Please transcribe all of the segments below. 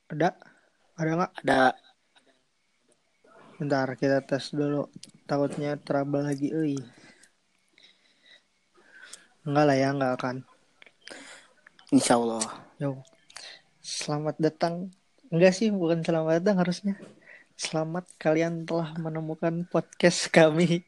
Ada? Ada nggak? Ada. Bentar, kita tes dulu. Takutnya trouble lagi, euy. Enggak lah ya, enggak akan. Insya Allah. Yo, selamat datang. Enggak sih, bukan selamat datang harusnya. Selamat kalian telah menemukan podcast kami.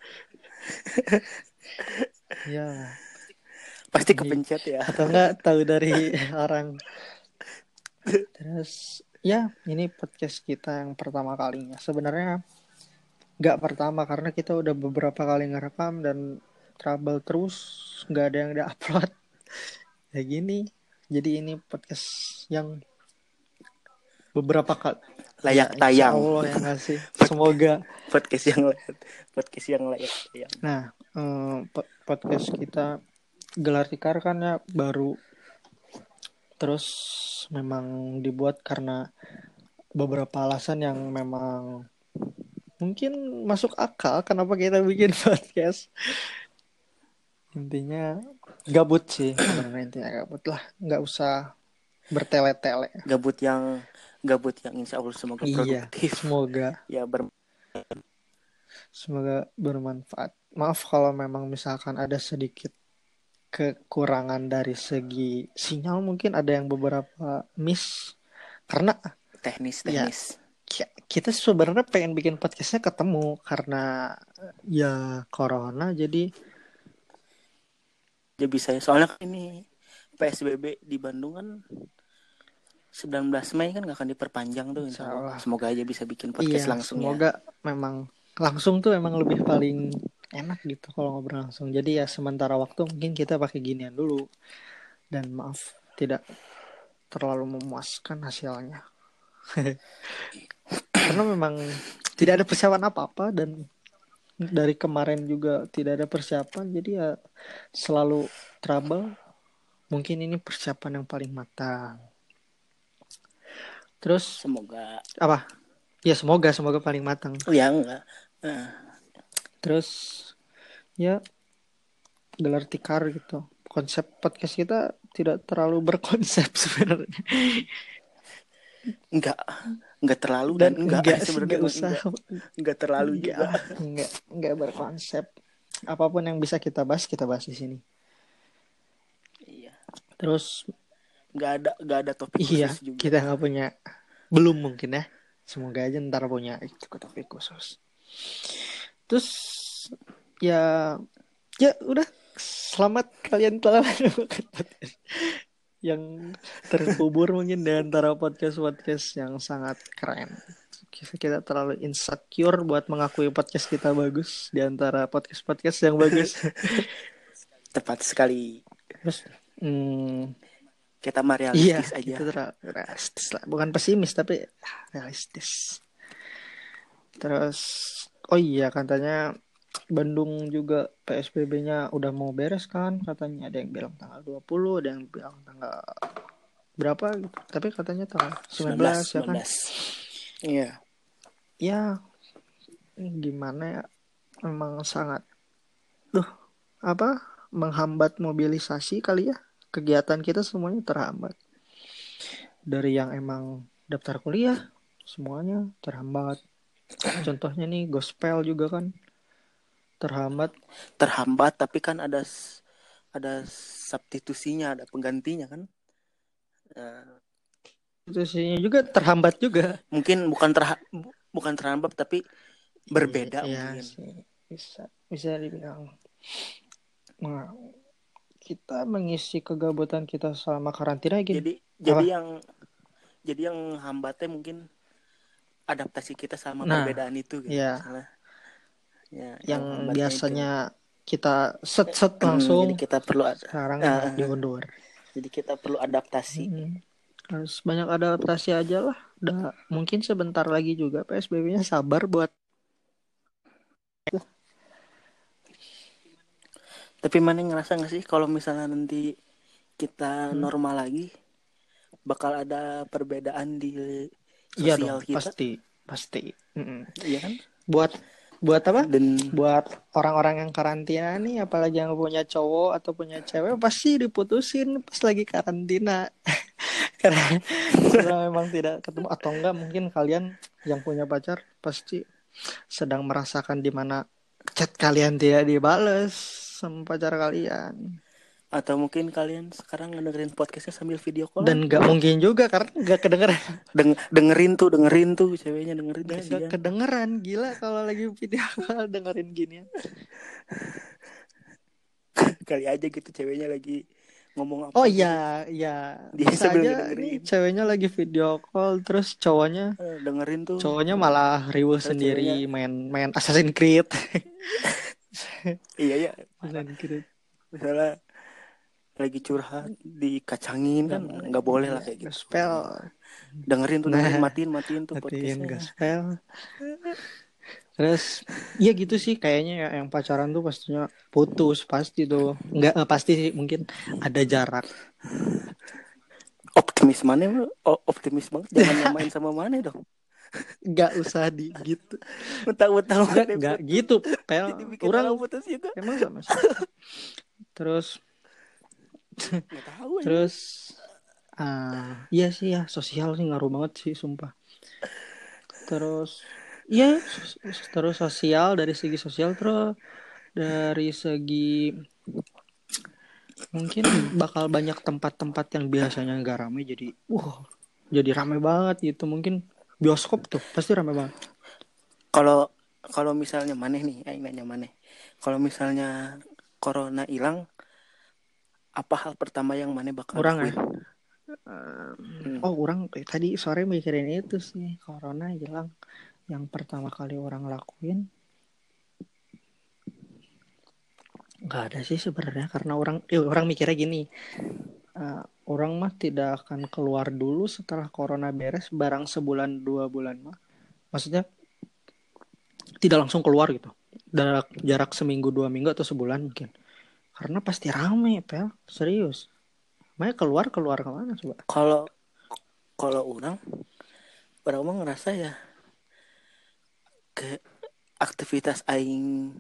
Ya, Pasti ini kepencet ya. atau enggak tahu dari orang. Terus, ya, ini podcast kita yang pertama kalinya. Sebenarnya enggak pertama karena kita udah beberapa kali ngerekam dan trouble terus, enggak ada yang diupload. Ya gini. Jadi ini podcast yang beberapa kali. Ya, Layak insya tayang. Allah ya nggak sih. Semoga. Podcast yang layak. Podcast yang layak tayang. Nah, podcast kita Gelar Tikar kan ya baru, terus memang dibuat karena beberapa alasan yang memang mungkin masuk akal kenapa kita bikin podcast. Intinya gabut sih sebenarnya, intinya gabut lah, nggak usah bertele-tele. Gabut yang insya Allah semoga Iya, produktif. semoga Ya semoga bermanfaat. Maaf kalau memang misalkan ada sedikit kekurangan dari segi sinyal, mungkin ada yang beberapa miss karena ya teknis. kita sebenarnya pengen bikin podcastnya ketemu karena ya corona jadi Ya bisa ya. Soalnya kan ini PSBB di Bandung kan 19 Mei kan gak akan diperpanjang tuh insya Allah. insyaallah Semoga aja bisa bikin podcast iya langsung ya. semoga memang langsung tuh emang lebih paling enak gitu kalau ngobrol langsung, jadi ya sementara waktu mungkin kita pakai ginian dulu dan maaf tidak terlalu memuaskan hasilnya. Karena memang tidak ada persiapan apa-apa dan dari kemarin juga tidak ada persiapan, jadi ya selalu trouble. Mungkin ini persiapan yang paling matang. Terus Semoga. apa? Ya semoga paling matang. Ya enggak. Nah, Terus ya gelar tikar gitu. Konsep podcast kita tidak terlalu berkonsep sebenarnya. enggak. Enggak terlalu dan Dan enggak. enggak sih, Sebenarnya enggak emang usah, enggak. Enggak terlalu juga. enggak berkonsep. Apapun yang bisa kita bahas di sini. Iya. Terus Enggak ada topik iya, khusus juga. kita nggak punya, belum mungkin ya. Semoga aja ntar punya topik khusus. Terus ya ya udah, selamat kalian telah menemukan podcast yang terkubur mungkin di antara podcast-podcast yang sangat keren. Kita terlalu insecure buat mengakui podcast kita bagus di antara podcast-podcast yang bagus. Tepat sekali. Terus Kita mah iya, realistis aja. kita terlalu realistis lah. Bukan pesimis tapi realistis. Terus oh iya, katanya Bandung juga PSBB-nya udah mau beres kan, katanya ada yang bilang tanggal 20, ada yang bilang tanggal berapa gitu. Tapi katanya tanggal 19 ya kan. 19. Iya. Ya gimana ya, memang sangat apa menghambat mobilisasi kali ya. Kegiatan kita semuanya terhambat. Dari yang emang daftar kuliah semuanya terhambat. Contohnya nih gospel juga kan Terhambat tapi kan ada substitusinya, ada penggantinya kan. institusinya juga terhambat juga. Mungkin bukan terhambat tapi berbeda Iya mungkin. sih, bisa dibilang. Nah, kita mengisi kegabutan kita selama karantina gini. Jadi Apa? yang hambatnya mungkin adaptasi kita sama Nah, perbedaan itu gitu. ya Misalnya ya yang yang hambatnya itu. biasanya kita set langsung, Jadi kita perlu sekarang harus diundur. jadi kita perlu adaptasi. Harus banyak adaptasi aja lah. Mungkin sebentar lagi juga PSBB-nya, sabar buat. Tapi mana ngerasa gak sih kalau misalnya nanti kita normal lagi bakal ada perbedaan di Iya dong, sosial kita? pasti. Iya kan? Buat apa? Dan Buat orang-orang yang karantina nih, apalagi yang punya cowok atau punya cewek, pasti diputusin pas lagi karantina. karena memang tidak ketemu, atau enggak mungkin kalian yang punya pacar pasti sedang merasakan di mana chat kalian tidak dibales sama pacar kalian. Atau mungkin kalian sekarang ngedengerin podcastnya sambil video callan. Dan nggak mungkin juga karena nggak kedengeran. Dengerin tuh ceweknya, dengerin, Nggak kasihan. kedengeran, gila kalau lagi video call dengerin gini. Kali aja gitu ceweknya lagi ngomong apa Oh gitu, iya, iya dia bisa sambil aja nih ngedengerin. ceweknya lagi video call terus Dengerin tuh, cowoknya malah riuh terus ceweknya, sendiri main Assassin's Creed. iya ya, parah. Assassin's Creed. Misalnya lagi curhat dikacangin kan, nggak boleh lah Iya, kayak gitu. gospel. Dengerin, Nah, matiin tuh matiin podcastnya. gospel. Terus ya gitu sih kayaknya ya, yang pacaran tuh pastinya putus pasti tuh. Enggak pasti sih, mungkin ada jarak. Optimis mana, optimis banget, jangan nyamain sama mana dong. Enggak usah di gitu. Mentang-mentang Enggak gitu, Pel. jadi bikin Orang orang putus juga. emang sama sih. Terus Nggak tahu aja. terus iya sih ya, sosial sih ngaruh banget sih sumpah. Terus iya, terus sosial, dari segi sosial, terus dari segi mungkin bakal banyak tempat-tempat yang biasanya nggak ramai jadi ramai banget gitu. Mungkin bioskop tuh pasti ramai banget. Kalau misalnya maneh nih, aing nanya maneh. Kalau misalnya corona hilang, apa hal pertama yang maneh bakal Orang ya, lakuin? orang tadi sore mikirin itu sih, corona hilang yang pertama kali orang lakuin nggak ada sih sebenarnya, karena orang mikirnya gini, orang mah tidak akan keluar dulu setelah corona beres, barang sebulan 2 bulan mah, maksudnya tidak langsung keluar gitu, jarak seminggu 2 minggu atau sebulan mungkin, karena pasti rame Pel, serius. Makanya keluar kemana coba? Kalau orang mah ngerasa ya ke aktivitas aing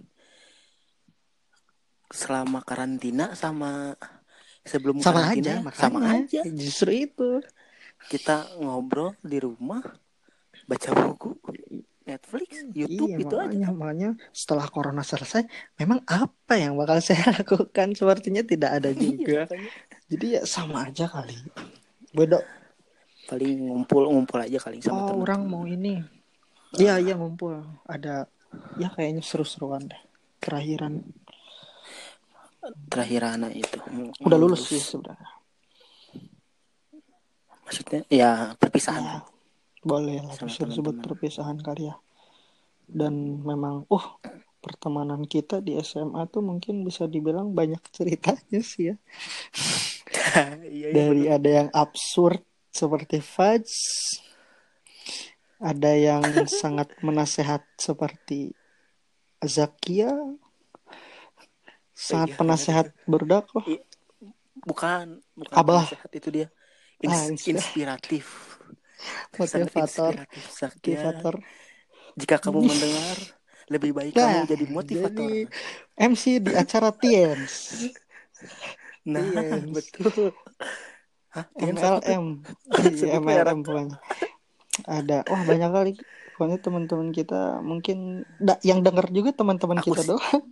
selama karantina sama sebelum Sama aja, karantina sama makanya aja. justru itu. Kita ngobrol di rumah, baca buku, Netflix, YouTube, Iya, itu aja. makanya setelah corona selesai, memang apa yang bakal saya lakukan? Sepertinya tidak ada Iya, juga. makanya Jadi ya sama aja kali. Beda. paling ngumpul aja kali sama Oh, orang teman-teman. mau ini. Iya, iya ngumpul. Ada, ya kayaknya seru-seruan deh. Terakhir anak itu Udah lulus sih sebenarnya. maksudnya ya perpisahan Ya, boleh lah sama bisa disebut teman-teman. perpisahan kali ya. Dan memang, pertemanan kita di SMA tuh mungkin bisa dibilang banyak ceritanya sih ya. Iya Dari benar. ada yang absurd seperti Fudge, ada yang sangat menasehat seperti Zakia, sangat Iya benar penasehat itu. berdakwah. Bukan Abah, penasehat, itu dia inspiratif, inspiratif. Sangat motivator, inspiratif Sakya. motivator. Jika kamu mendengar, lebih baik Nah, kamu jadi motivator. jadi MC di acara Tiens. Nah, Tiens. betul. Hah, Tian siapa tuh? MLM. Iya, Sebut merek. MLM pokoknya. Ada, banyak kali. Pokoknya teman-teman kita mungkin yang dengar juga teman-teman Aku kita doang.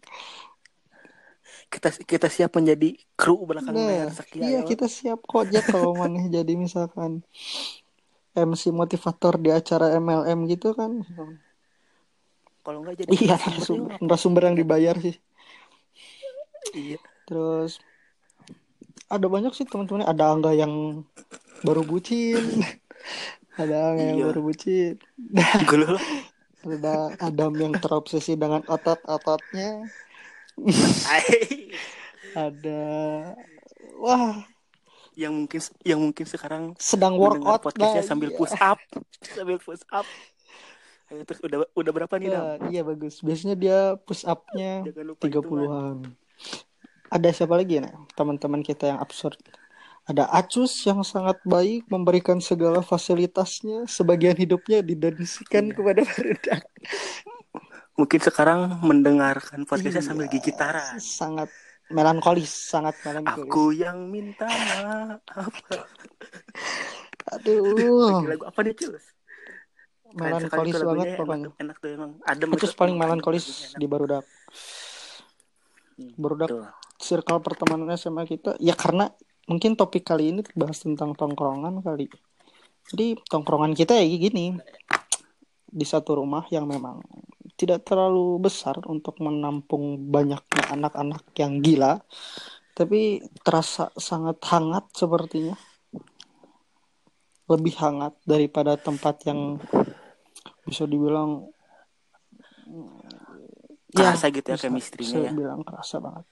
kita siap menjadi kru belakang layar Nah, Sakya iya ya. kita siap kok ya kalau maneh jadi misalkan MC motivator di acara MLM gitu kan. Kalau nggak jadi Iya, narasumber yuk, ngapain narasumber yang kita di dibayar sih. iya. Terus ada banyak sih teman-teman, ada Angga yang baru bucin, ada Angga yang Iya. baru bucin, Gue lah. ada Adam yang terobsesi dengan otot-ototnya, ada wah yang mungkin sekarang sedang mendengar workout lah, podcastnya sambil iya. push up, sambil push up. Ayo, terus udah berapa nih Dam? Iya bagus, biasanya dia push up-nya Jangan lupa hitungan. 30-an. Ada siapa lagi nih teman-teman kita yang absurd? Ada Acus yang sangat baik, memberikan segala fasilitasnya, sebagian hidupnya didonasikan Iya. kepada barudak. Mungkin sekarang mendengarkan podcastnya sambil Iya, gigitaran. sangat melankolis. Aku yang minta maaf. Lagi Aduh, lagu apa nih Cus? Keren sekali melankolis tuh banget lagunya, enak pokoknya. enak tuh emang adem itu, Acus paling emang adem melankolis lagunya enak. di Barudak. Barudak Betul. circle pertemanan SMA kita. Ya karena mungkin topik kali ini bahas tentang tongkrongan kali. Jadi tongkrongan kita ya gini, di satu rumah yang memang tidak terlalu besar untuk menampung banyaknya anak-anak yang gila, tapi terasa sangat hangat sepertinya. Lebih hangat daripada tempat yang bisa dibilang ya Kerasa gitu ya bisa chemistry-nya ya. bilang kerasa banget.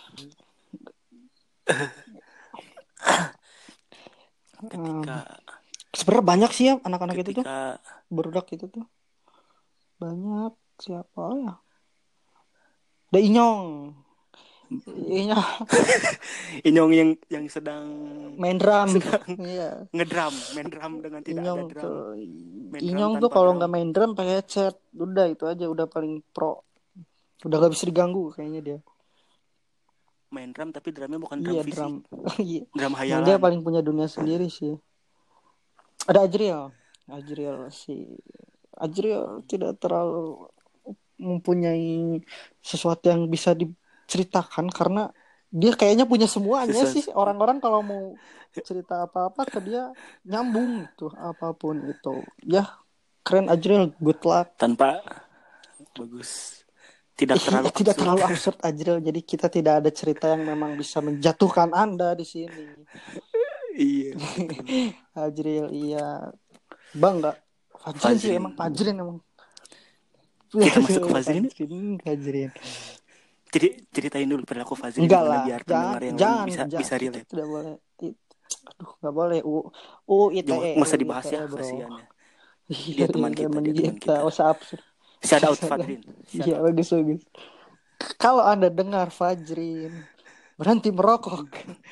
Ketika Sebenarnya banyak sih ya anak-anak itu tuh, ketika berudak itu tuh banyak. Siapa ya? Ada Inyong. Inyong Inyong yang sedang main drum. sedang Iya. main drum dengan tidak ada Inyong drum, tuh main drum Inyong tuh tanpa kalau drum. nggak main drum pakai headset, udah itu aja udah paling pro. Udah gak bisa diganggu kayaknya dia. Main drum tapi drumnya bukan drum Iya fisik, drum. Iya. drum Emang dia hayalan. paling punya dunia sendiri sih. Ada Ajriel. Ajriel sih. Ajriel tidak terlalu mempunyai sesuatu yang bisa diceritakan karena dia kayaknya punya semuanya sih. Sesuatu Orang-orang kalau mau cerita apa-apa ke dia nyambung gitu apapun itu. Ya keren Ajriel, good luck. tanpa bagus, tidak terlalu Tidak absurd. terlalu absurd Ajriel. Jadi kita tidak ada cerita yang memang bisa menjatuhkan Anda di sini. Iya betul. Ajriel iya. Bangga. Fajrin sih Fazrin, emang Fajrin emang. kita masuk ke Fazrin. Fajrin. Jadi ceritain dulu perilaku Fazrin Enggak gimana lah, biar jangan, pendengar yang lain jangan, bisa kita relate. tidak boleh. Aduh, nggak boleh. Jangan, ITE, nggak usah dibahas ITE ya, bro. kasihan ya. Iya, Dia teman kita, teman dia teman kita. kita. Usah absurd. Shout out Fadrin, shout Iya, out. bagus, bagus. Kalau Anda dengar Fajrin, berhenti merokok.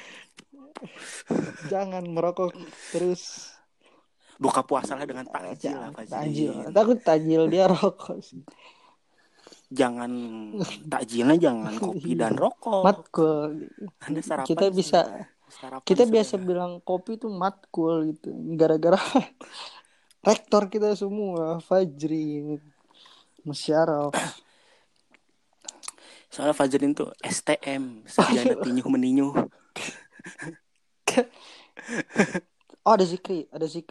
Jangan merokok terus. Buka puasa lah dengan takjil lah Jangan tajil. Fajrin. Takut tajil dia rokok sih. Jangan takjilnya jangan kopi dan Iya. rokok. Matkul. Anda Kita sarapan bisa sudah. Sarapan kita biasa sudah. bilang kopi itu matkul gitu. Gara-gara rektor kita semua Fajri Musyaraf. Soalnya Fajrin tuh STM, sarjana tinyuh meninyuh. Oh ada Zikri,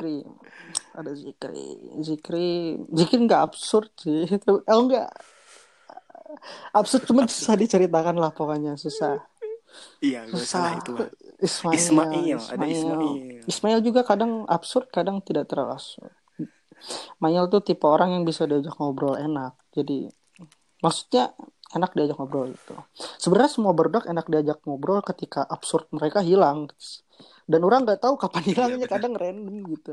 Zikri nggak absurd sih. Oh enggak absurd cuma susah diceritakan lah pokoknya susah. Iya, gak usah lah Susah. itu mah. Ismail, Ada Ismail. Ismail juga kadang absurd, kadang tidak terlalu absurd. Ismail tuh tipe orang yang bisa diajak ngobrol enak. Jadi maksudnya enak diajak ngobrol gitu. Sebenarnya semua berdok enak diajak ngobrol ketika absurd mereka hilang. Dan orang nggak tahu kapan hilangnya, Iya, kadang random gitu.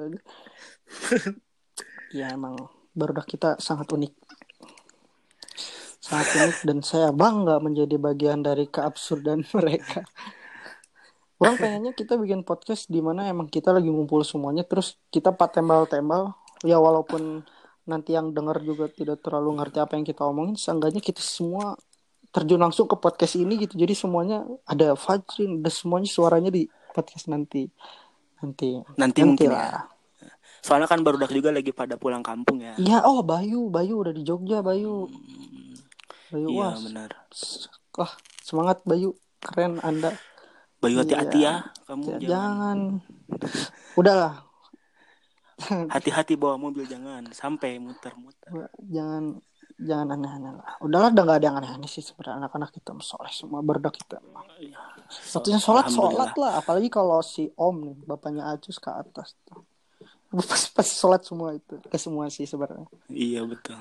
Ya emang berdok kita sangat unik. Sangat unik dan saya bangga menjadi bagian dari keabsurdan mereka. Orang pengennya kita bikin podcast di mana emang kita lagi ngumpul semuanya terus kita tembal-tembal ya walaupun nanti yang dengar juga tidak terlalu ngerti apa yang kita omongin, seenggaknya kita semua terjun langsung ke podcast ini gitu. Jadi semuanya ada Fajrin, ada semuanya suaranya di podcast nanti. Nanti mungkin ya. Lah. Soalnya kan barudak juga lagi pada pulang kampung ya. Iya, oh Bayu udah di Jogja, Bayu. Iya Wah. benar. Wah, semangat Bayu. Keren Anda. Bayu hati-hati Iya. ya, kamu Jangan. Udahlah. Hati-hati bawa mobil, jangan sampai muter-muter. Jangan aneh-aneh lah. Udahlah, udah nggak ada yang aneh-aneh sih sebenarnya. Anak-anak kita soleh semua, berdak kita. Satunya sholat lah. Apalagi kalau si Om nih, bapaknya Acus ke atas tuh. Pas sholat semua itu. Ke semua sih sebenarnya. Iya betul.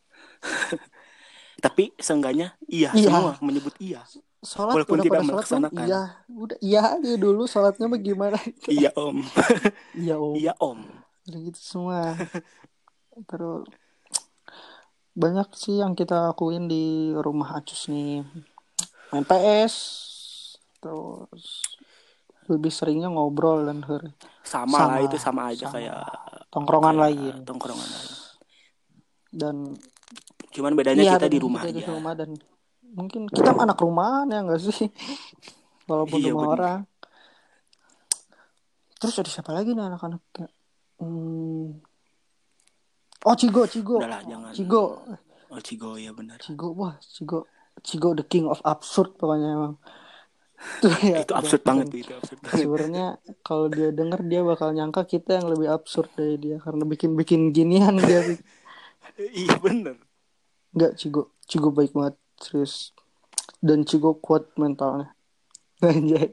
Tapi seenggaknya semua menyebut iya. Sholat Walaupun udah tidak pada sholat belum? melaksanakan. Iya. Udah iya aja dulu sholatnya bagaimana? Iya Om. Iya Om. Iya Om. Udah gitu semua. Terus banyak sih yang kita lakuin di rumah Acus nih. Main PS. Terus lebih seringnya ngobrol dan sama lah itu sama aja kayak tongkrongan lain. Dan cuman bedanya kita di rumah aja. Di rumah dan mungkin kita anak rumahan ya nggak sih? Walaupun rumah orang. Terus ada siapa lagi nih anak-anak? Oh, Cigo, Cigo. Udahlah jangan. Cigo. Oh, Cigo ya benar. Cigo, wah, Cigo. Cigo the king of absurd pokoknya emang. Tuh ya, Itu udah absurd banget keren. tuh, itu absurd banget. Sebenarnya kalau dia denger dia bakal nyangka kita yang lebih absurd dari dia karena bikin-bikin ginian dia. Iya benar. Enggak, Cigo. Cigo baik banget, serius. Dan Cigo kuat mentalnya. Anjay.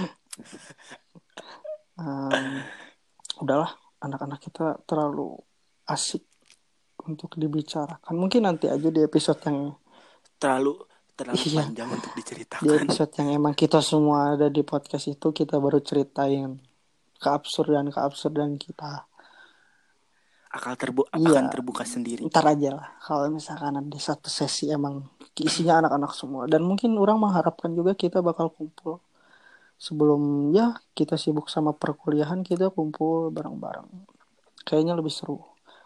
Udahlah, anak-anak kita terlalu asik untuk dibicarakan. Mungkin nanti aja di episode yang Terlalu terlalu iya, panjang untuk di diceritakan. episode yang emang kita semua ada di podcast itu kita baru ceritain keabsurdan kita. Akan Iya, terbuka sendiri. ntar aja lah. Kalau misalkan ada satu sesi emang isinya anak-anak semua. Dan mungkin orang mengharapkan juga kita bakal kumpul. Sebelum ya kita sibuk sama perkuliahan kita kumpul bareng-bareng. Kayaknya lebih seru.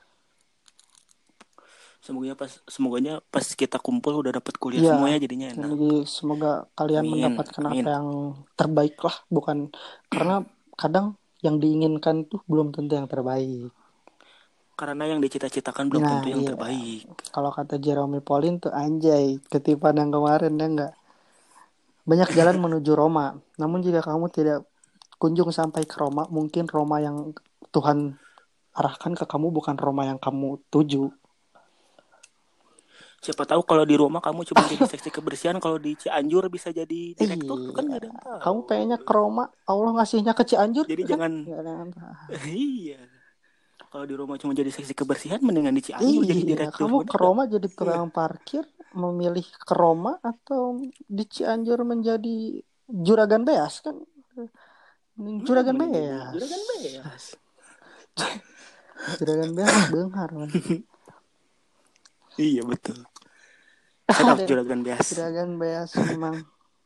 Semoganya pas kita kumpul udah dapat kuliah Iya, semuanya jadinya enak. jadi semoga kalian Amin, mendapatkan apa amin. yang terbaik lah. Bukan karena kadang yang diinginkan tuh belum tentu yang terbaik. Karena yang dicita-citakan belum Nah, tentu yang iya. terbaik. Kalau kata Jeremy Pauline tuh anjay, ketipan yang kemarin ya enggak. Banyak jalan menuju Roma. Namun jika kamu tidak kunjung sampai ke Roma, mungkin Roma yang Tuhan arahkan ke kamu bukan Roma yang kamu tuju. Siapa tahu kalau di rumah kamu cuma jadi seksi kebersihan, kalau di Cianjur bisa jadi direktur, kan Iya, nggak ada yang kamu tahu. pengennya ke Roma, Allah ngasihnya ke Cianjur Jadi kan? jangan. Nggak ada yang tahu. Iya. Kalau di rumah cuma jadi seksi kebersihan, mendingan di Cianjur jadi Iya, direktur, kamu bener ke gak? Roma jadi tukang parkir, memilih ke Roma atau di Cianjur menjadi juragan beas kan? Mending juragan Mending jadi beas. juragan beas. Juragan beas benghar kan. Iya betul. Shout out Ada juragan beas. juragan beas memang.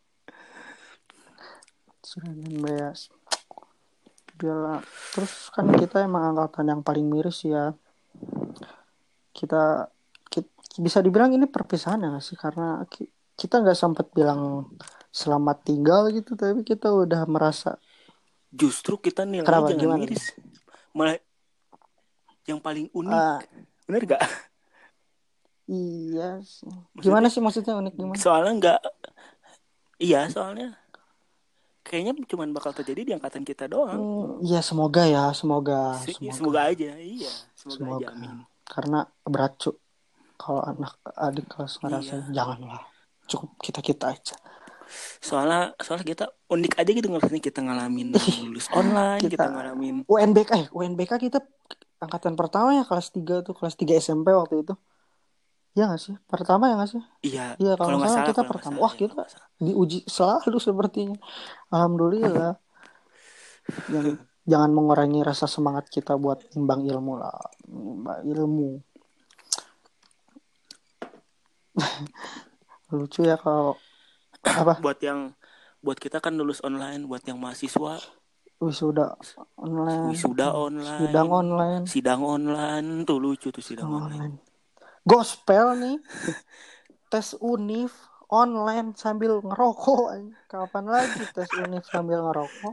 Juragan beas. Udahlah. Terus kan kita emang angkatan yang paling miris ya. Kita bisa dibilang ini perpisahan ya nggak sih? Karena kita nggak sempat bilang selamat tinggal gitu, tapi kita udah merasa Justru kita nilainya kenapa jangan gimana tuh? miris, malah yang paling unik, Ah, bener gak? iya sih. Gimana Maksudnya sih maksudnya unik gimana? soalnya nggak, iya soalnya kayaknya cuma bakal terjadi di angkatan kita doang. Ya semoga ya, semoga, semoga, Semoga aja, iya, semoga aja, semoga. amin. Karena berat Cuk. Kalau anak adik kelas ngerasain Iya, janganlah. Cukup kita aja. soalnya kita unik aja gitu, ngerasa kita ngalamin lulus online, Kita kita ngalamin. UNBK kita angkatan pertama ya kelas 3 tuh, kelas 3 SMP waktu itu. Iya gak sih? Pertama ya gak sih? Iya, Iya kalau kalau nggak nggak salah salah, kita pertama. Wah ya kita kalau nggak salah. diuji selalu sepertinya. Alhamdulillah. Yang jangan mengurangi rasa semangat kita buat nimbang ilmu lah. Nimbang ilmu. Lucu ya kalau apa buat kita kan lulus online, buat yang mahasiswa wisuda online, wisuda sidang online, online, sidang online, tuh lucu tuh sidang sidang online. online. Gospel nih, tes univ online sambil ngerokok. Kapan lagi tes univ sambil ngerokok?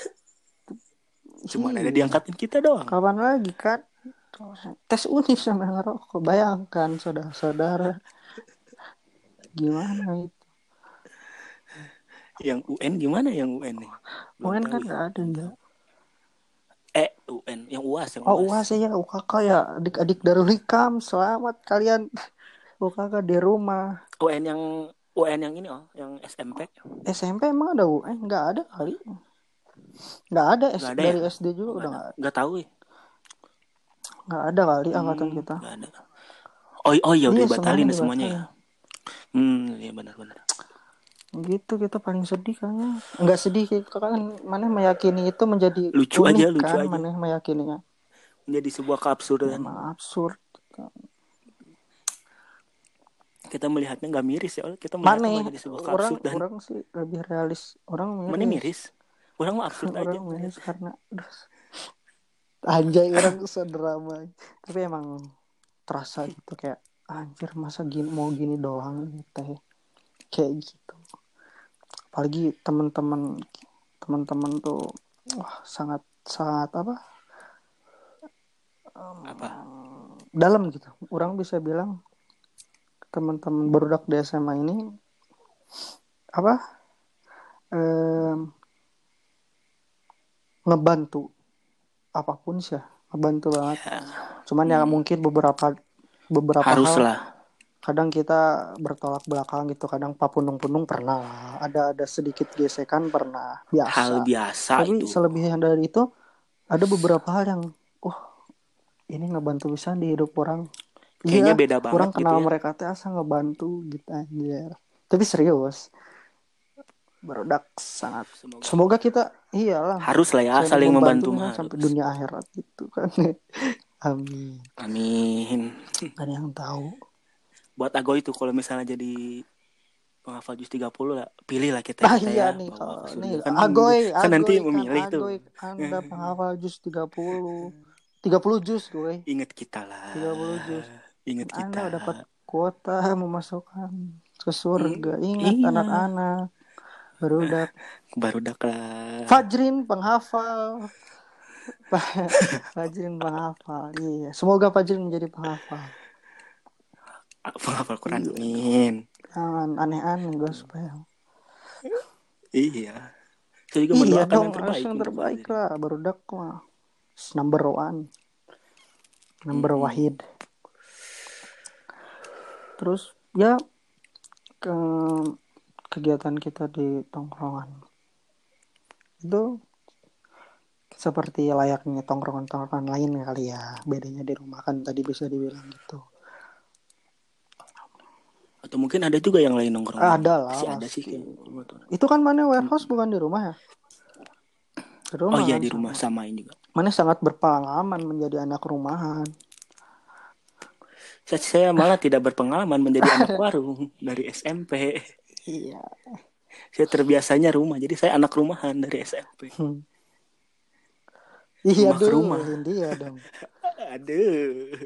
Cuman ada Iya, diangkatin kita doang. kapan lagi kan? Tes univ sambil ngerokok. Bayangkan saudara-saudara, gimana itu? Yang UN gimana yang UN nih? Belum UN tahu kan ya. nggak ada ya. UN yang UAS, yang Oh UAS. UAS ya, UKK ya, adik-adik Darul Hikam, selamat kalian UKK di rumah. UN yang ini yang SMP. SMP emang ada UN? Nggak ada kali. Nggak ada Nggak ada ya? dari SD juga Nggak udah ada. nggak ada. Nggak tahu ya. Nggak ada kali angkatan kita. Nggak ada. Oh iya udah Iya semuanya dibatalin ya semuanya ya. dibatalin. Iya benar-benar. Gitu kita paling sedih kayaknya. Nggak sedih kan mana meyakini itu menjadi Lucu unik kan aja. mana meyakininya. Menjadi sebuah Ya, keabsurdan. emang absurd. Kita melihatnya nggak miris ya, kita Mana melihatnya menjadi sebuah keabsurdan. orang sih lebih realis. Orang Mana miris. miris? Orang mah absurd aja Orang miris ternyata. karena anjay orang sedrama. Tapi emang terasa gitu kayak anjir masa gini mau gini doang gitu kayak gitu. Apalagi teman-teman tuh wah sangat sangat apa Apa? dalam gitu. Orang bisa bilang teman-teman barudak di SMA ini apa em, ngebantu apapun sih ya, ngebantu banget. Ya, Cuman ya mungkin beberapa hal haruslah. kadang kita bertolak belakang gitu, kadang papunung-punung pernah lah, ada sedikit gesekan pernah, Hal biasa. biasa Tapi itu. selebihnya dari itu ada beberapa hal yang oh ini ngebantu bisa di hidup orang. Kayaknya Iya, beda banget orang gitu kenal ya. mereka teh asa ngebantu gitu aja. Tapi serius, barudak sangat. Semoga Semoga kita iyalah harus lah ya saling saling membantu membantu misalnya mah sampai harus. dunia akhirat gitu kan. Amin. Amin. Ada yang tahu. Buat Agoy itu kalau misalnya jadi penghafal juz 30 lah, pilih lah kita Nah kita iya ya nih bawa kalau ke nih surga kan Agoy, kan nanti Agoy kan memilih tuh. Agoy Anda penghafal juz 30 juz gue. Ingat kita 30 juz. lah, Kan ingat Anda kita. dapat kuota memasukkan ke surga. Ingat Iya, anak-anak. Barudak baru dak lah. Fajrin penghafal. Fajrin penghafal. Iya, semoga Fajrin menjadi penghafal. Penghafal Quran, Iya dong. amin. Jangan aneh-aneh gue supaya. Iya, saya juga Iya mendoakan dong, yang harus terbaik yang untuk terbaik Fajrin. lah. Barudak mah number one, number Mm-mm. wahid. Terus ya ke kegiatan kita di tongkrongan itu seperti layaknya tongkrongan-tongkrongan lain kali ya. Bedanya di rumah kan tadi bisa dibilang gitu. Atau mungkin ada juga yang lain nongkrongnya. Ada lah Pasti ada sih pasti. kayak gitu. Itu kan mana warehouse bukan di rumah ya? Di Oh rumah iya kan di rumah sama. samain juga. Mana sangat berpengalaman menjadi anak rumahan. Saya malah tidak berpengalaman menjadi anak warung dari SMP. Iya. Saya terbiasanya rumah, jadi saya anak rumahan dari SMP. Hmm. Iya Rumah ke deh, rumah. India dong. Aduh.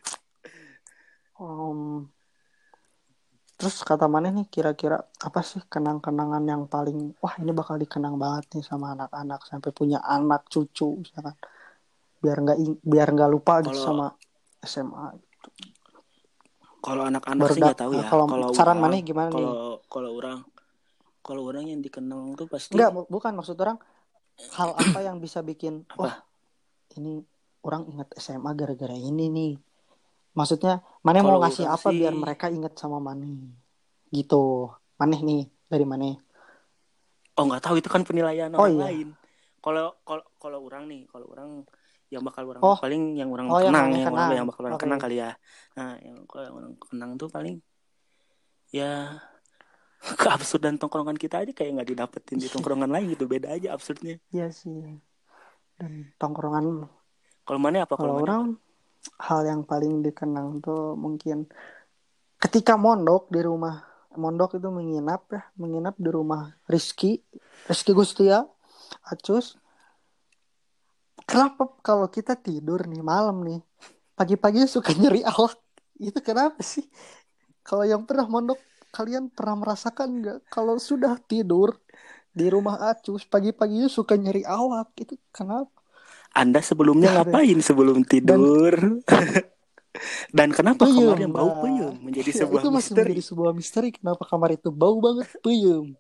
Um, terus kata mana nih kira-kira apa sih kenang-kenangan yang paling wah ini bakal dikenang banget nih sama anak-anak sampai punya anak cucu misalkan biar nggak lupa gitu Kalau sama SMA. kalau anak-anak sih Barudak nggak tahu ya. kalau Kalau saran orang, mana gimana nih? kalau orang, kalau orang yang dikenal tuh pasti Enggak, bukan maksud orang hal apa yang bisa bikin wah apa? ini orang ingat SMA gara-gara ini nih. Maksudnya mana mau Kalau ngasih orang apa sih, biar mereka ingat sama mana gitu. Maneh nih dari mana? oh nggak tahu itu kan penilaian Oh orang iya. lain. Kalau kalau kalau orang nih, kalau orang yang bakal orang Oh, paling yang orang oh yang kenang, mana yang orang kenang. yang bakal orang Oke. kenang kali ya. Nah, yang kalau yang orang kenang tuh paling ya keabsurdan tongkrongan kita aja kayak nggak didapetin di tongkrongan lain gitu, beda aja absurdnya. Iya sih. Dan tongkrongan Kalau mana apa? Kalau kalau mana orang apa? hal yang paling dikenang tuh mungkin ketika mondok di rumah. Mondok itu menginap di rumah Rizky Gustia, Acus. Kenapa kalau kita tidur nih malam nih, pagi-pagi suka nyeri awak? Itu kenapa sih? Kalau yang pernah mondok, kalian pernah merasakan nggak? Kalau sudah tidur di rumah Acus, pagi-paginya suka nyeri awak. Itu kenapa? Anda sebelumnya ngapain sebelum Dan tidur? Dan kenapa peyem, kamarnya bau nah peyem menjadi ya, itu sebuah masih menjadi misteri. sebuah misteri kenapa kamar itu bau banget peyem,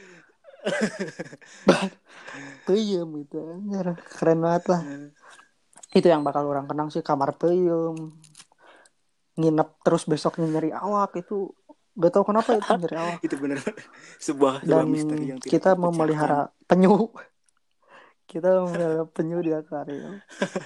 peyem itu anjir, keren banget lah. Itu yang bakal orang kenang sih kamar peyem, nginep terus besoknya nyeri awak itu gak tahu kenapa itu nyeri awak. Itu benar sebuah Dan sebuah misteri yang tidak kita terpecahkan. memelihara penyu, kita memelihara penyu di akuarium,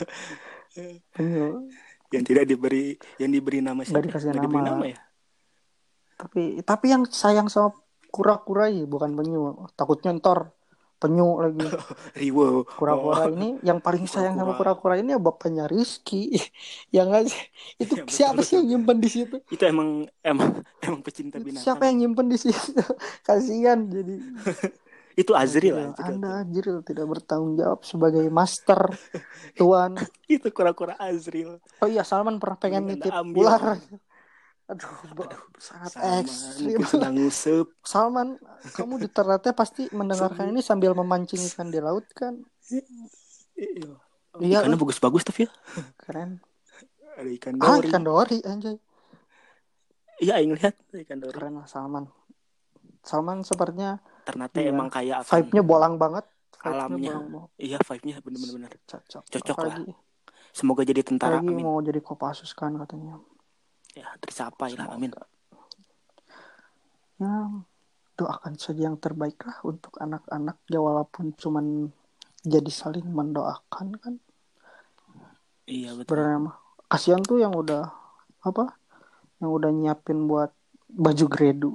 penyu Yang tidak diberi, yang diberi nama nggak siapa ya? dikasih Nggak diberi nama, nama ya? tapi yang sayang sama kura-kura ya bukan penyu, takutnya ntar penyu lagi. Riwo. Oh, Kura-kura ini yang paling sayang sama kura-kura. kura-kura ini ya bapaknya Rizky. Yang aja itu Ya betul siapa sih betul. yang nyimpen di situ? Itu emang pecinta Itu siapa binatang. yang nyimpen di situ? Kasihan jadi. Itu Azril Ajril, Azril Anda tuh. Ajril tidak bertanggung jawab sebagai master tuan. Itu kura-kura Azril Oh iya, Salman pernah pengen mending Anda nitip ambil. ular. Aduh, Aduh, sangat Salman ekstrim. mungkin sedang ngusep. Salman, kamu di ternate pasti mendengarkan Sebelum ini sambil memancing ikan di laut kan? iya. Iya, Ikannya bagus-bagus tuh ya. keren. Ada ikan dori. Ikan dori anjay. Iya, aing lihat ikan dori. Keren lah Salman. Salman sepertinya Ternyata iya. emang kaya akan Vibe-nya bolang banget. Vibe-nya alamnya. bolang banget. Iya, vibe-nya bener-bener Cocok. cocok lah. Apalagi Semoga jadi tentara, apalagi amin. mau jadi Kopassus kan katanya. Ya, tercapai lah, amin. Semoga. Ya, doakan saja yang terbaik lah untuk anak-anak ya walaupun cuman jadi saling mendoakan kan. Iya, betul. Sebenarnya mah kasihan tuh yang udah apa? Yang udah nyiapin buat baju gredu.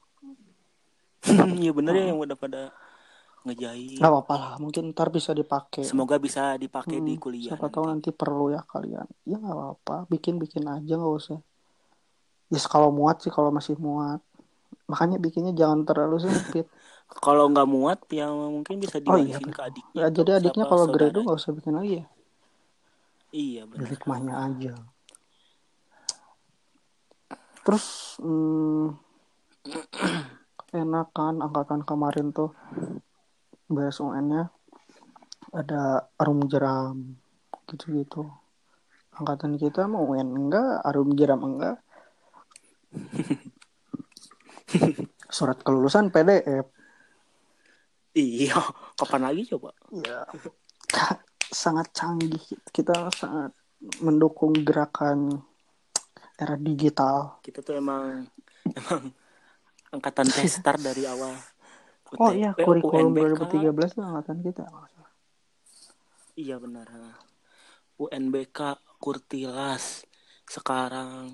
Iya bener ya Heeh. yang udah pada Gak ngejahit. apa-apa lah, mungkin ntar bisa dipakai. Semoga bisa dipakai di kuliah Siapa tahu nanti. nanti perlu ya kalian. Ya nggak apa-apa, bikin-bikin aja nggak usah. Ya kalau muat sih kalau masih muat. Makanya bikinnya jangan terlalu sempit. Kalau nggak muat ya mungkin bisa Oh iya diwarisin ke betul. adiknya Ya, atau jadi adiknya siapa kalau gredo nggak saudaranya. usah bikin lagi ya. Iya benar. Milik mahnya aja. Terus enak kan angkatan kemarin tuh beres UN-nya ada arum jeram gitu-gitu. Angkatan kita mau UN enggak, arum jeram enggak. Surat kelulusan PDF. Iya, kapan lagi coba? Ya, sangat canggih. Kita sangat mendukung gerakan era digital. Kita tuh emang angkatan tester dari awal. Oh iya, kurikulum UNBK. 2013 itu angkatan kita. Iya benar. UNBK, Kurtilas, sekarang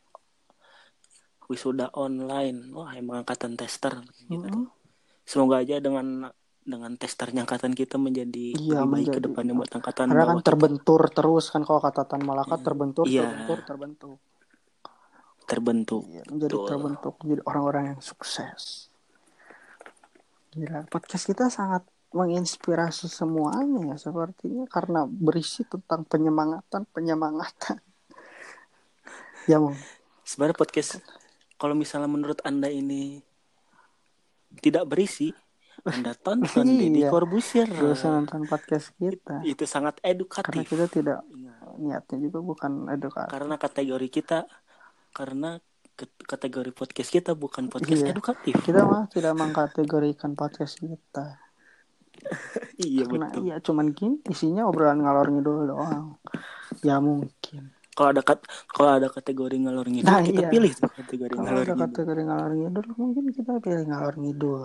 wisuda online. Wah, emang angkatan tester kita tuh. Semoga aja dengan testernya angkatan kita menjadi Iya lebih baik ke menjadi. depannya buat angkatan Karena kan bawah kita. terbentur terus kan kalau kata Tan Malaka Iya, terbentuk. terbentuk. Iya, menjadi Betul. terbentuk menjadi orang-orang yang sukses. Gila, podcast kita sangat menginspirasi semuanya ya sepertinya karena berisi tentang penyemangatan. Ya, Mong. Sebenarnya podcast kalau misalnya menurut Anda ini tidak berisi, Anda tonton Deddy Iya, Corbuzier. gak usah nonton podcast kita Itu sangat karena kita edukatif. tidak Ingat. niatnya juga bukan edukatif. Karena kategori kita karena kategori podcast kita bukan podcast Iya, edukatif. kita mah tidak mengkategorikan podcast kita Iya karena betul. ya cuman gini isinya obrolan ngalor ngidul doang. Ya mungkin. Kalau ada kategori ngalor ngidul, Nah kita iya, pilih tuh kategori kalau ngalor ada ngidul. kategori ngalor ngidul mungkin kita pilih ngalor ngidul.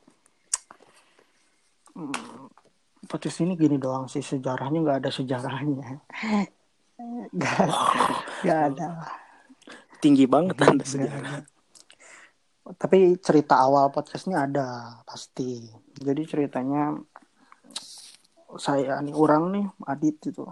Podcast ini gini doang sih sejarahnya nggak ada sejarahnya. Gak, Wow, gak ada. tinggi banget Anda Gak sejarah. ada. Tapi cerita awal podcastnya ada pasti. Jadi ceritanya saya nih orang nih Adit itu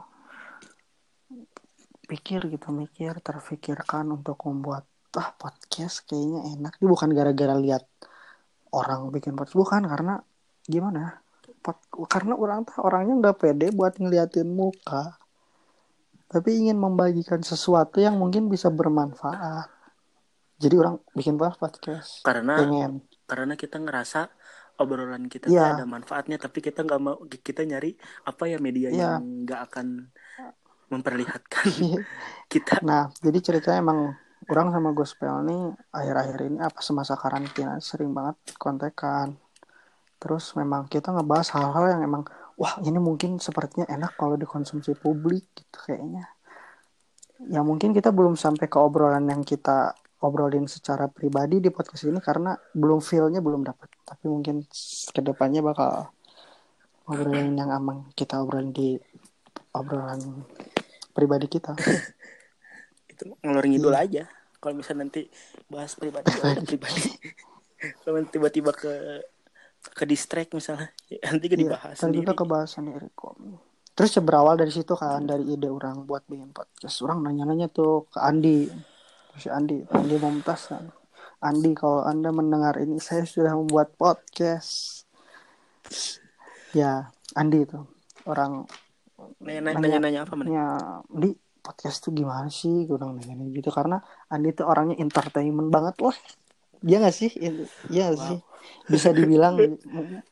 mikir terfikirkan untuk membuat podcast kayaknya enak. Ini bukan gara-gara lihat orang bikin podcast, bukan karena gimana? Karena orang tuh orangnya nggak pede buat ngeliatin muka, tapi ingin membagikan sesuatu yang mungkin bisa bermanfaat. Jadi orang bikin podcast, Karena pengen. karena kita ngerasa obrolan kita tuh ada Ya, manfaatnya, tapi kita nggak mau, kita nyari apa ya, media yang ya. nggak akan memperlihatkan kita. Nah, jadi ceritanya emang orang sama Gospel nih akhir-akhir ini apa semasa karantina sering banget kontekan. Terus memang kita ngebahas hal-hal yang emang wah ini mungkin sepertinya enak kalau dikonsumsi publik gitu kayaknya. Ya mungkin kita belum sampai ke obrolan yang kita obrolin secara pribadi di podcast ini karena belum feel-nya belum dapat. Tapi mungkin kedepannya bakal obrolin yang emang kita obrolin di obrolan pribadi kita. Itu ngalor ngidul Iya, aja. Kalau misalnya nanti bahas pribadi ya udah pribadi. pribadi. Kalau tiba-tiba ke distract misalnya, ya, nanti gak Iya, dibahas tadi kita sendiri. ke bahasan Erikom. Terus ya berawal dari situ kan, dari ide orang buat bikin podcast. Orang nanya-nanya tuh ke Andi. Terus si Andi Momtaz kan. Andi, kalau Anda mendengar ini, saya sudah membuat podcast. Ya, Andi itu orang nanya, Nanya-nanya apa mana? ya, Di podcast tuh gimana sih? Gue bilang nanya gitu karena Andi tuh orangnya entertainment banget lah. Iya nggak sih? Iya nggak sih? Wow. Bisa dibilang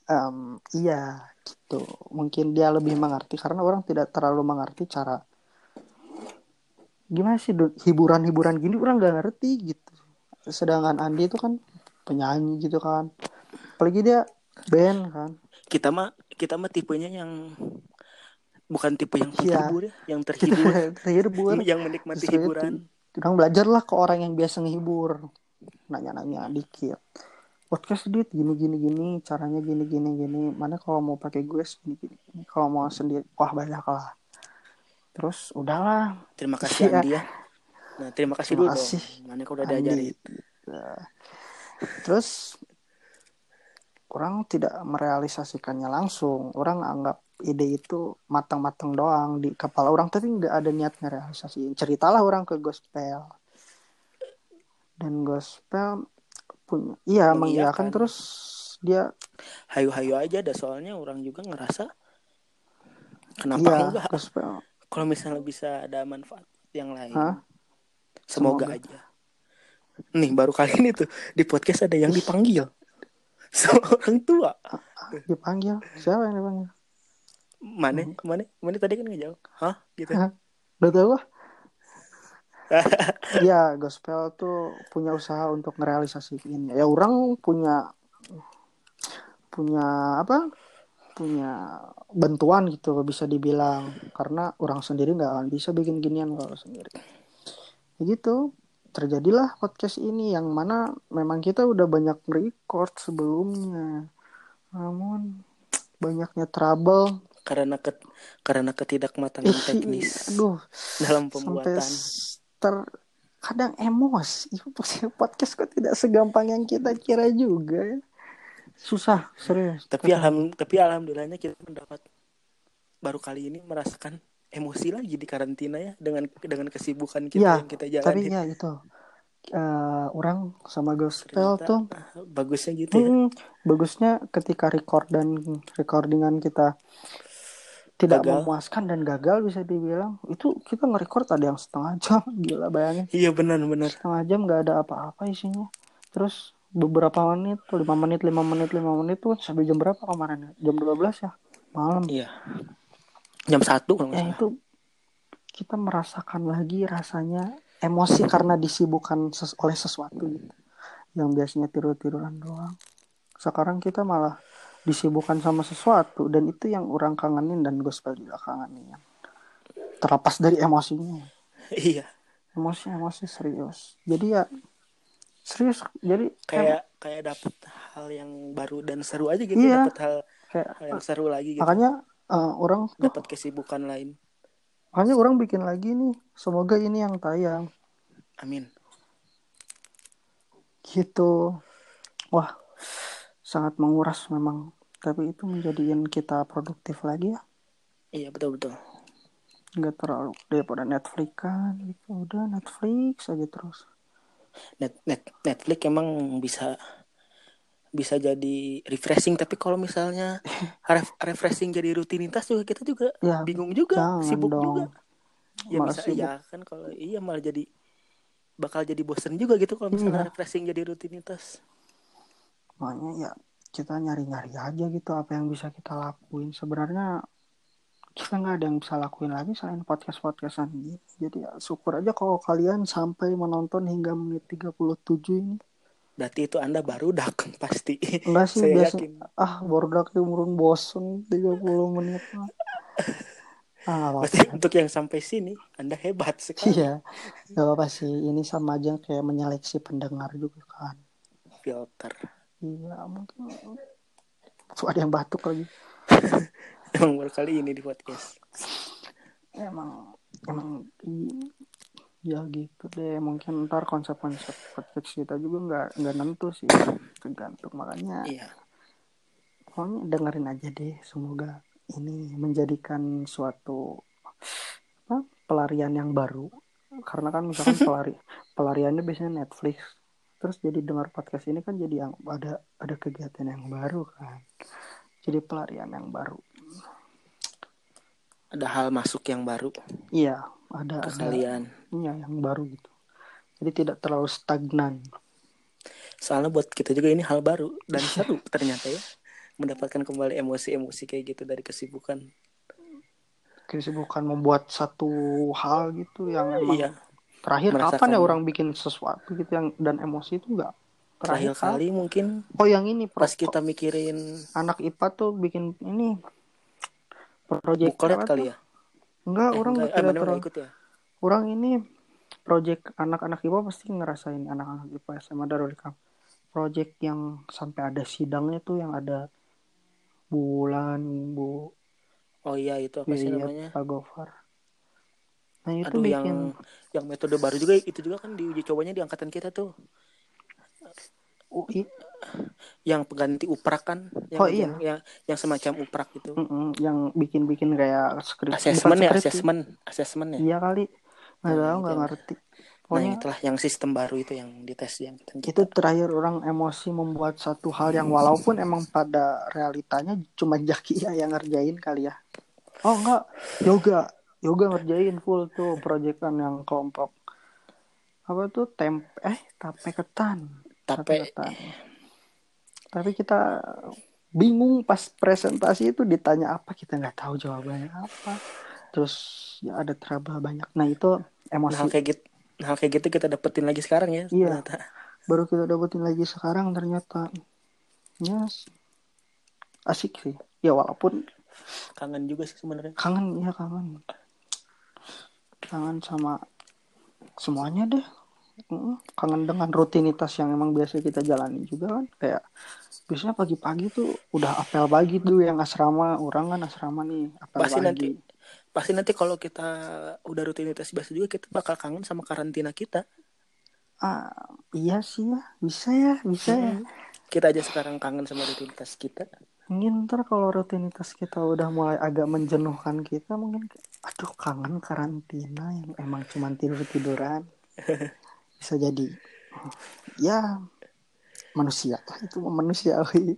Iya gitu. Mungkin dia lebih mengerti karena orang tidak terlalu mengerti cara gimana sih hiburan-hiburan gini orang nggak ngerti gitu. Sedangkan Andi itu kan penyanyi gitu kan. Apalagi dia band kan. Kita mah tipenya yang bukan tipe yang Iya, penghibur ya, yang kita terhibur, terhibur. yang menikmati Justru itu. hiburan. Orang belajarlah ke orang yang biasa ngehibur. Nanya-nanya dikit. Podcast edit gini gini gini, caranya gini gini gini. Mana kalau mau pakai gue gini gini, gini. Kalau mau sendiri, wah banyak lah. Terus udahlah. Terima kasih Iya, Andi ya. Nah, terima kasih terima dulu dong. kasih Mana kau udah Andi. diajarin. Terus orang tidak merealisasikannya langsung. Orang anggap ide itu matang-matang doang di kepala orang, tapi nggak ada niat ngerealisasiin. Ceritalah orang ke gospel. Dan gospel punya, iya mengiyakan Mengiyakan. terus dia, Hayu-hayu aja dah, soalnya orang juga ngerasa kenapa iya enggak. gospel. Kalau misalnya bisa ada manfaat yang Hah? lain. Semoga Semoga. aja. Nih baru kali ini tuh di podcast ada yang Ih, dipanggil seorang tua. dipanggil. Siapa yang dipanggil? Mana, mana, mana tadi kan ngejawab. Hah? Gitu. Udah tahu lah. Ya, gospel tuh punya usaha untuk ngerealisasiin. Ya, orang punya punya apa? Punya bantuan gitu bisa dibilang. Karena orang sendiri nggak akan bisa bikin ginian kalau sendiri. Ya gitu. Terjadilah podcast ini yang mana memang kita udah banyak record sebelumnya. Namun banyaknya trouble. karena karena ketidakmatangan teknis Aduh, dalam sampai pembuatan. ter kadang emosi. Podcast kok tidak segampang yang kita kira juga ya. Susah, serius. Kadang. Tapi alhamdulillahnya kita mendapat baru kali ini merasakan emosi lagi di karantina ya, dengan kesibukan kita Ya, yang kita tapi jalanin. ya itu. Orang sama gospel Ternyata tuh bagusnya gitu ya. bagusnya ketika recordingan kita tidak Gagal. memuaskan dan gagal bisa dibilang itu kita nge-record ada yang setengah jam. Gila, bayangin Iya benar-benar. setengah jam nggak ada apa-apa isinya. Terus beberapa menit tuh 5 menit 5 menit 5 menit tuh sampai jam berapa kemarin ya? Jam 12 ya malam. Iya. Jam 1 kalau nggak Ya salah. itu kita merasakan lagi rasanya emosi karena disibukkan oleh sesuatu gitu. Yang biasanya tiru-tiruan doang. Sekarang kita malah disibukkan sama sesuatu dan itu yang orang kangenin dan gospel juga kangenin. Terlepas dari emosinya. Iya. Emosi-emosi serius. Jadi ya serius. Jadi Kayak kayak dapet hal yang baru dan seru aja gitu, iya dapat hal kayak hal yang seru lagi gitu. makanya orang tuh Dapat kesibukan lain. makanya orang bikin lagi nih. Semoga ini yang tayang Amin. gitu. Wah, sangat menguras memang. Tapi itu menjadikan kita produktif lagi ya. Iya betul-betul. Nggak terlalu daripada Netflix kan gitu. Udah Netflix aja terus. Netflix emang bisa bisa jadi refreshing, tapi kalau misalnya refreshing jadi rutinitas juga kita juga Ya bingung juga, jangan sibuk dong. juga. Ya Malah bisa sibuk. iya kan, kalau iya malah jadi bakal jadi bosen juga gitu kalau misalnya Iya. refreshing jadi rutinitas. Makanya ya kita nyari-nyari aja gitu apa yang bisa kita lakuin. Sebenarnya kita nggak ada yang bisa lakuin lagi selain podcast-podcastan ini. Jadi ya syukur aja kalau kalian sampai menonton hingga menit 37 ini. Berarti itu Anda baru dak pasti. Enggak sih Saya biasanya yakin. baru umurun bosen 30 menit mah. Nggak apa-apa Berarti kan. untuk yang sampai sini Anda hebat Iya, sekali. nggak apa-apa sih. Ini sama aja kayak menyeleksi pendengar juga kan. Filter. Iya, mungkin tuh ada yang batuk lagi. Emang baru kali ini di podcast. Emang ya gitu deh. Mungkin ntar konsep-konsep podcast kita juga nggak nentu sih, tergantung. Makanya Iya. pokoknya dengerin aja deh. Semoga ini menjadikan suatu pelarian yang baru. Karena kan misalkan pelariannya biasanya Netflix. Terus jadi dengar podcast ini kan jadi yang ada kegiatan yang baru kan. Jadi pelarian yang baru. Ada hal masuk yang baru Iya, ke ada kalian. iya yang baru gitu. Jadi tidak terlalu stagnan. Soalnya buat kita juga ini hal baru dan seru ternyata ya. mendapatkan kembali emosi-emosi kayak gitu dari kesibukan. Kesibukan membuat satu hal gitu yang Iya, emang terakhir kapan ya merasakan orang bikin sesuatu gitu yang dan emosi itu enggak terakhir terakhir kali kapan. mungkin Oh yang ini pas kita mikirin anak IPA tuh bikin ini project buklet apa kali tuh? ya. Enggak, orang Enggak, tidak mana nggak terlalu. ikut ya. Orang ini project anak-anak IPA pasti ngerasain anak-anak IPA SMA Darul Ikram. Project yang sampai ada sidangnya tuh yang ada Bulan, Bu Oh iya, itu apa sih Yayat, namanya? Pak Gofar. Nah itu Aduh, bikin. yang metode baru juga itu juga kan diuji cobanya di angkatan kita tuh. UI. Yang pengganti uprak kan, yang Oh ujian iya. yang semacam uprak itu. Yang bikin-bikin kayak skrip, bukan Asesmen ya, skrip sih. asesmen ya. Iya kali, nggak Nah, tahu, itu nggak yang ngerti. nah Pokoknya yang itulah yang sistem baru itu yang dites di angkatan itu kita. terakhir orang emosi membuat satu hal yang walaupun emang pada realitanya cuma Jaki ya yang ngerjain kali ya. Oh enggak, yoga, yoga ngerjain full tuh proyekan yang kelompok apa tuh tape ketan, tape Tapi ketan. Tapi kita bingung pas presentasi itu ditanya apa kita nggak tahu jawabannya apa. Terus ya ada trouble banyak. Nah itu nah emosi. hal kayak gitu hal kayak gitu kita dapetin lagi sekarang ya Iya, ternyata. baru kita dapetin lagi sekarang ternyata. Yes, asik sih. Ya walaupun Kangen juga sih sebenarnya. kangen ya kangen. Kangen sama semuanya deh. Kangen dengan rutinitas yang emang biasa kita jalani juga kan. Kayak biasanya pagi-pagi tuh udah apel pagi tuh yang asrama. Orang kan asrama nih apel Pasti nanti pagi. pasti nanti kalau kita udah rutinitas biasa juga kita bakal kangen sama karantina kita. Ah, iya sih ya. Bisa ya, bisa ya. Kita aja sekarang kangen sama rutinitas kita. Mungkin ntar kalau rutinitas kita udah mulai agak menjenuhkan kita mungkin aduh kangen karantina yang emang cuman tidur-tiduran. Bisa jadi ya manusia lah itu manusiawi.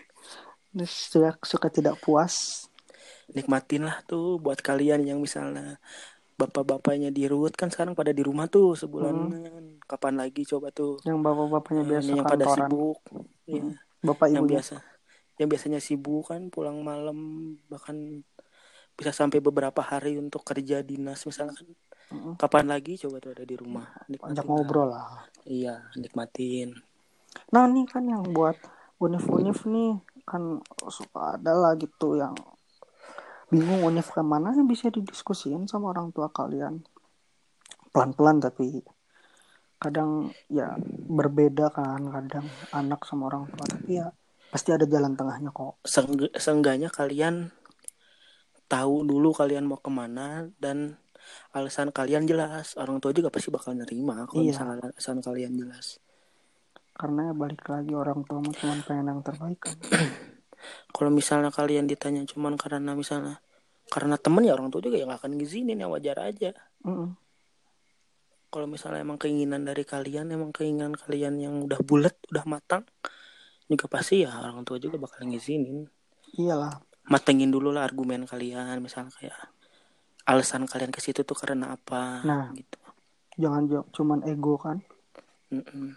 Suka, suka tidak puas. Nikmatin lah tuh buat kalian yang misalnya bapak-bapaknya di Rut kan sekarang pada di rumah tuh Mm, sebulanan. Kapan lagi coba tuh yang bapak-bapaknya biasa yang pada kantoran. sibuk ya, Bapak yang ibunya. biasa yang biasanya sibuk kan pulang malam bahkan bisa sampai beberapa hari untuk kerja dinas misalnya kan. Mm, Kapan lagi coba tuh ada di rumah, ajak nikmatin lah. ngobrol lah. Iya, nikmatin. Nah nih kan yang buat univ-univ nih kan suka ada lah gitu yang bingung univ kemana yang bisa didiskusiin sama orang tua kalian. Pelan-pelan tapi kadang ya berbeda kan kadang anak sama orang tua tapi ya pasti ada jalan tengahnya kok. Seenggaknya kalian tahu dulu kalian mau kemana dan alasan kalian jelas. Orang tua juga pasti bakal nerima kalau Iya, misalnya alasan kalian jelas. karena ya balik lagi orang tua mah cuma pengen yang terbaik kan. Kalau misalnya kalian ditanya cuman karena misalnya karena temen ya orang tua juga yang akan ngizinin ya wajar aja. Mm-mm. Kalau misalnya emang keinginan dari kalian, emang keinginan kalian yang udah bulat, udah matang, juga pasti ya orang tua juga bakal ngizinin. Iyalah. Matengin dulu lah argumen kalian, misalnya kayak alasan kalian ke situ tuh karena apa Nah, gitu. jangan cuman ego kan. Mm-mm.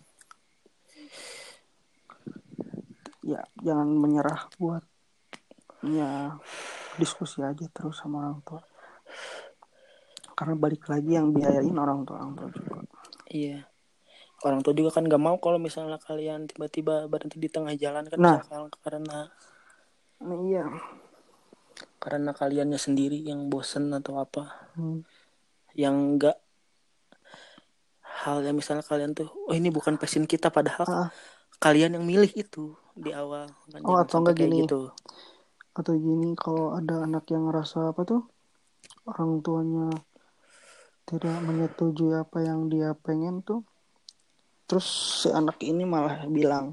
Ya, jangan menyerah buat ya diskusi aja terus sama orang tua. Karena balik lagi yang biayain orang tua juga. Iya. Orang tua juga kan gak mau kalau misalnya kalian tiba-tiba berhenti di tengah jalan kan Nah, misalkan iya. karena kaliannya sendiri yang bosen atau apa, Hmm. yang enggak hal yang misalnya kalian tuh oh ini bukan passion kita padahal Ah, kalian yang milih itu di awal kan oh jangan atau sampai enggak kayak gini. gitu. Atau gini kalau ada anak yang ngerasa apa tuh orang tuanya tidak menyetujui apa yang dia pengen tuh. Terus si anak ini malah bilang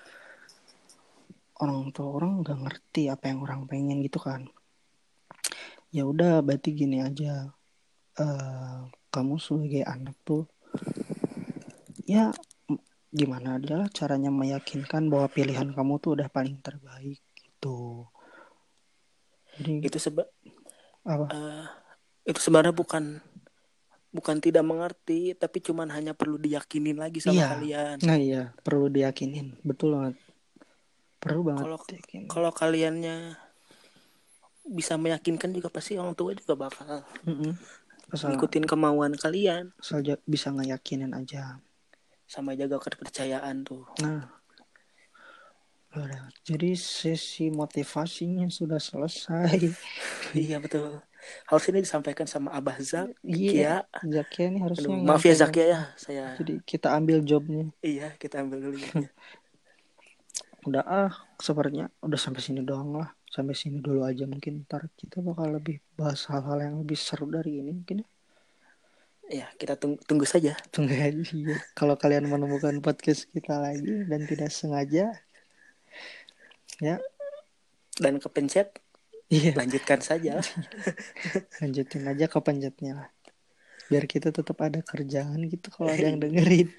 orang tua orang nggak ngerti apa yang orang pengen gitu kan. Ya udah berarti gini aja. eh Kamu sebagai anak tuh ya gimana adalah caranya meyakinkan bahwa pilihan kamu tuh udah paling terbaik gitu. Jadi Itu sebab apa? uh, itu sebenarnya bukan bukan tidak mengerti tapi cuman hanya perlu diyakinin lagi sama Iya. kalian. Nah iya perlu diyakinin betul banget. Perlu banget Kalau yakin. kalau kaliannya bisa meyakinkan juga pasti orang tua juga bakal Asal, ngikutin kemauan kalian. asal bisa ngeyakinin aja. Sama jaga kepercayaan tuh. Nah, udah. Jadi sesi motivasinya sudah selesai. Iya betul. Harus ini disampaikan sama Abah Zak, Iya, Kia. Zakia ini harusnya Aduh, maaf ya nyampaikan. Zakia ya, saya. Jadi kita ambil jobnya. Iya, kita ambil dulu jobnya. Udah sepertinya udah sampai sini doang lah. Sampai sini dulu aja mungkin. Ntar kita bakal lebih bahas hal-hal yang lebih seru dari ini mungkin. Ya, kita tunggu saja. Tunggu aja sih ya. Kalau kalian menemukan podcast kita lagi dan tidak sengaja, ya Dan kepencet, iya lanjutkan saja. lanjutin aja ke pencetnya lah. Biar kita tetap ada kerjaan gitu kalau ada yang dengerin.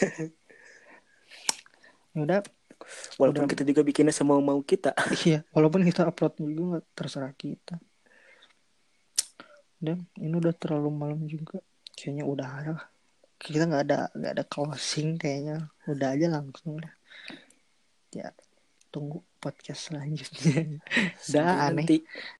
Udah, Walaupun udah. kita juga bikinnya semau mau kita. Iya, walaupun kita uploadnya juga nggak terserah kita. Dan ini udah terlalu malam juga. Kayaknya udah ada. Kita nggak ada closing kayaknya. Udah aja langsung lah. Ya, tunggu podcast selanjutnya. Udah Sampai aneh. nanti.